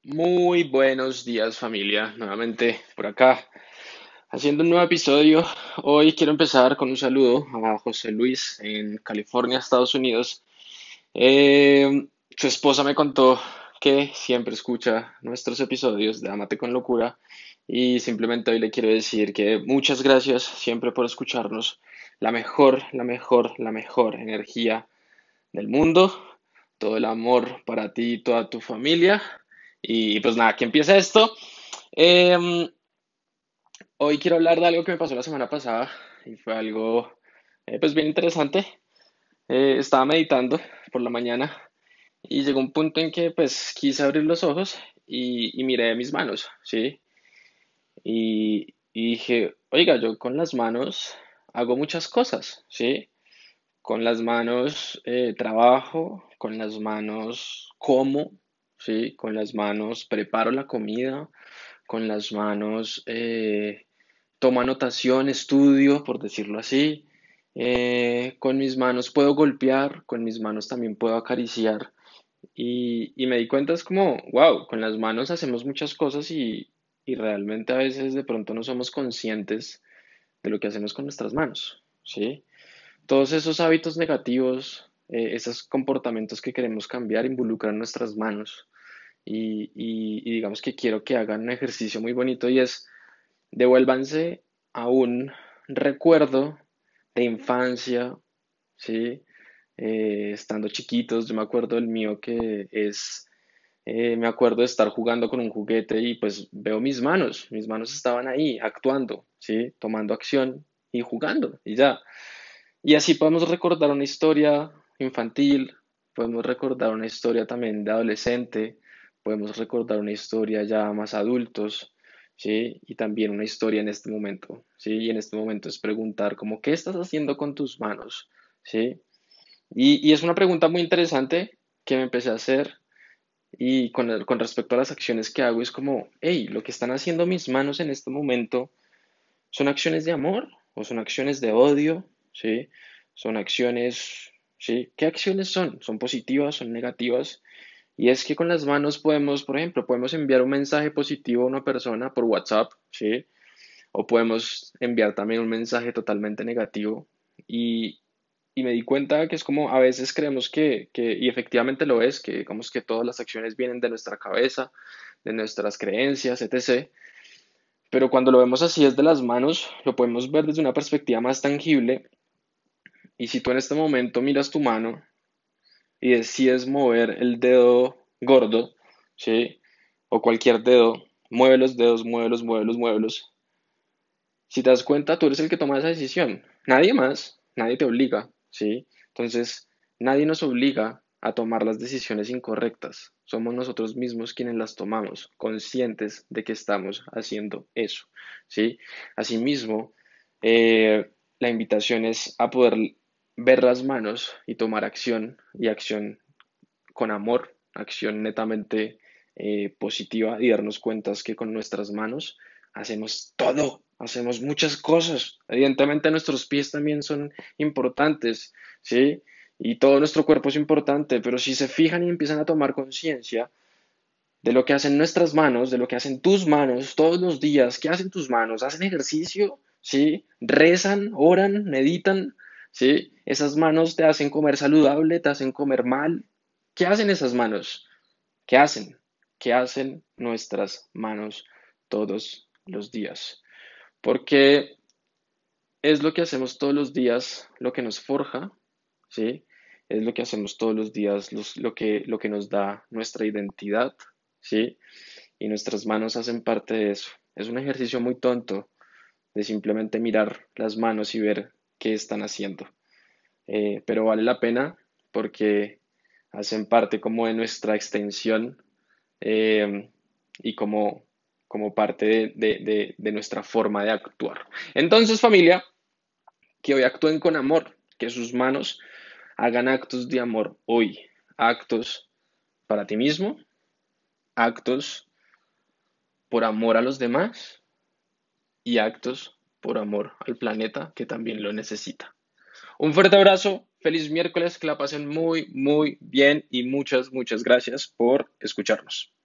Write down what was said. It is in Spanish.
Muy buenos días familia, nuevamente por acá, haciendo un nuevo episodio. Hoy quiero empezar con un saludo a José Luis en California, Estados Unidos. Su esposa me contó que siempre escucha nuestros episodios de Amate con Locura y simplemente hoy le quiero decir que muchas gracias siempre por escucharnos. La mejor energía del mundo, todo el amor para ti y toda tu familia. Y pues nada, que empiece esto. Em, Hoy quiero hablar de algo que me pasó la semana pasada y fue algo pues bien interesante. Estaba meditando por la mañana y llegó un punto en que pues quise abrir los ojos y miré mis manos, ¿sí? Y dije, oiga, yo con las manos hago muchas cosas, ¿sí? Con las manos trabajo, con las manos como, ¿sí? Con las manos preparo la comida, con las manos tomo anotación, estudio, por decirlo así. Con mis manos puedo golpear, con mis manos también puedo acariciar. Y me di cuenta, es como, wow, con las manos hacemos muchas cosas y realmente a veces de pronto no somos conscientes de lo que hacemos con nuestras manos, ¿sí? Todos esos hábitos negativos, esos comportamientos que queremos cambiar, involucran nuestras manos. Y digamos que quiero que hagan un ejercicio muy bonito y es devuélvanse a un recuerdo de infancia, ¿sí? Estando chiquitos, yo me acuerdo del mío que es, me acuerdo de estar jugando con un juguete y pues veo mis manos estaban ahí actuando, ¿sí? Tomando acción y jugando y ya. Y así podemos recordar una historia infantil, podemos recordar una historia también de adolescente, podemos recordar una historia ya más adultos, ¿sí? Y también una historia en este momento, ¿sí? Y en este momento es preguntar como, ¿qué estás haciendo con tus manos? ¿Sí? Y es una pregunta muy interesante que me empecé a hacer y con respecto a las acciones que hago es como, hey, lo que están haciendo mis manos en este momento ¿son acciones de amor o son acciones de odio? ¿Sí? Son acciones, ¿sí? ¿Qué acciones son? ¿Son positivas? ¿Son negativas? Y es que con las manos podemos, por ejemplo, podemos enviar un mensaje positivo a una persona por WhatsApp, ¿sí? O podemos enviar también un mensaje totalmente negativo. Y, y me di cuenta que es como a veces creemos y efectivamente lo es, que digamos que todas las acciones vienen de nuestra cabeza, de nuestras creencias, etc. Pero cuando lo vemos así desde las manos, lo podemos ver desde una perspectiva más tangible. Y si tú en este momento miras tu mano y decides mover el dedo gordo, ¿sí? O cualquier dedo, mueve los dedos, muévelos, muévelos, muévelos. Si te das cuenta, tú eres el que toma esa decisión. Nadie más, nadie te obliga, ¿sí? Entonces, nadie nos obliga a tomar las decisiones incorrectas. Somos nosotros mismos quienes las tomamos, conscientes de que estamos haciendo eso, ¿sí? Asimismo, la invitación es a poder ver las manos y tomar acción y acción con amor, acción netamente positiva y darnos cuenta que con nuestras manos hacemos todo, hacemos muchas cosas. Evidentemente nuestros pies también son importantes, ¿sí? Y todo nuestro cuerpo es importante, pero si se fijan y empiezan a tomar conciencia de lo que hacen nuestras manos, de lo que hacen tus manos todos los días, ¿qué hacen tus manos? ¿Hacen ejercicio? ¿Sí? ¿Rezan? ¿Oran? ¿Meditan? ¿Sí? Esas manos te hacen comer saludable, te hacen comer mal. ¿Qué hacen esas manos? ¿Qué hacen? ¿Qué hacen nuestras manos todos los días? Porque es lo que hacemos todos los días, lo que nos forja, ¿sí? Es lo que hacemos todos los días, lo que nos da nuestra identidad, ¿sí? Y nuestras manos hacen parte de eso. Es un ejercicio muy tonto de simplemente mirar las manos y ver qué están haciendo. Pero vale la pena porque hacen parte como de nuestra extensión eh, y como parte de nuestra forma de actuar. Entonces, familia, que hoy actúen con amor, que sus manos hagan actos de amor hoy, actos para ti mismo, actos por amor a los demás y actos por amor al planeta que también lo necesita. Un fuerte abrazo, feliz miércoles, que la pasen muy, muy bien y muchas, muchas gracias por escucharnos.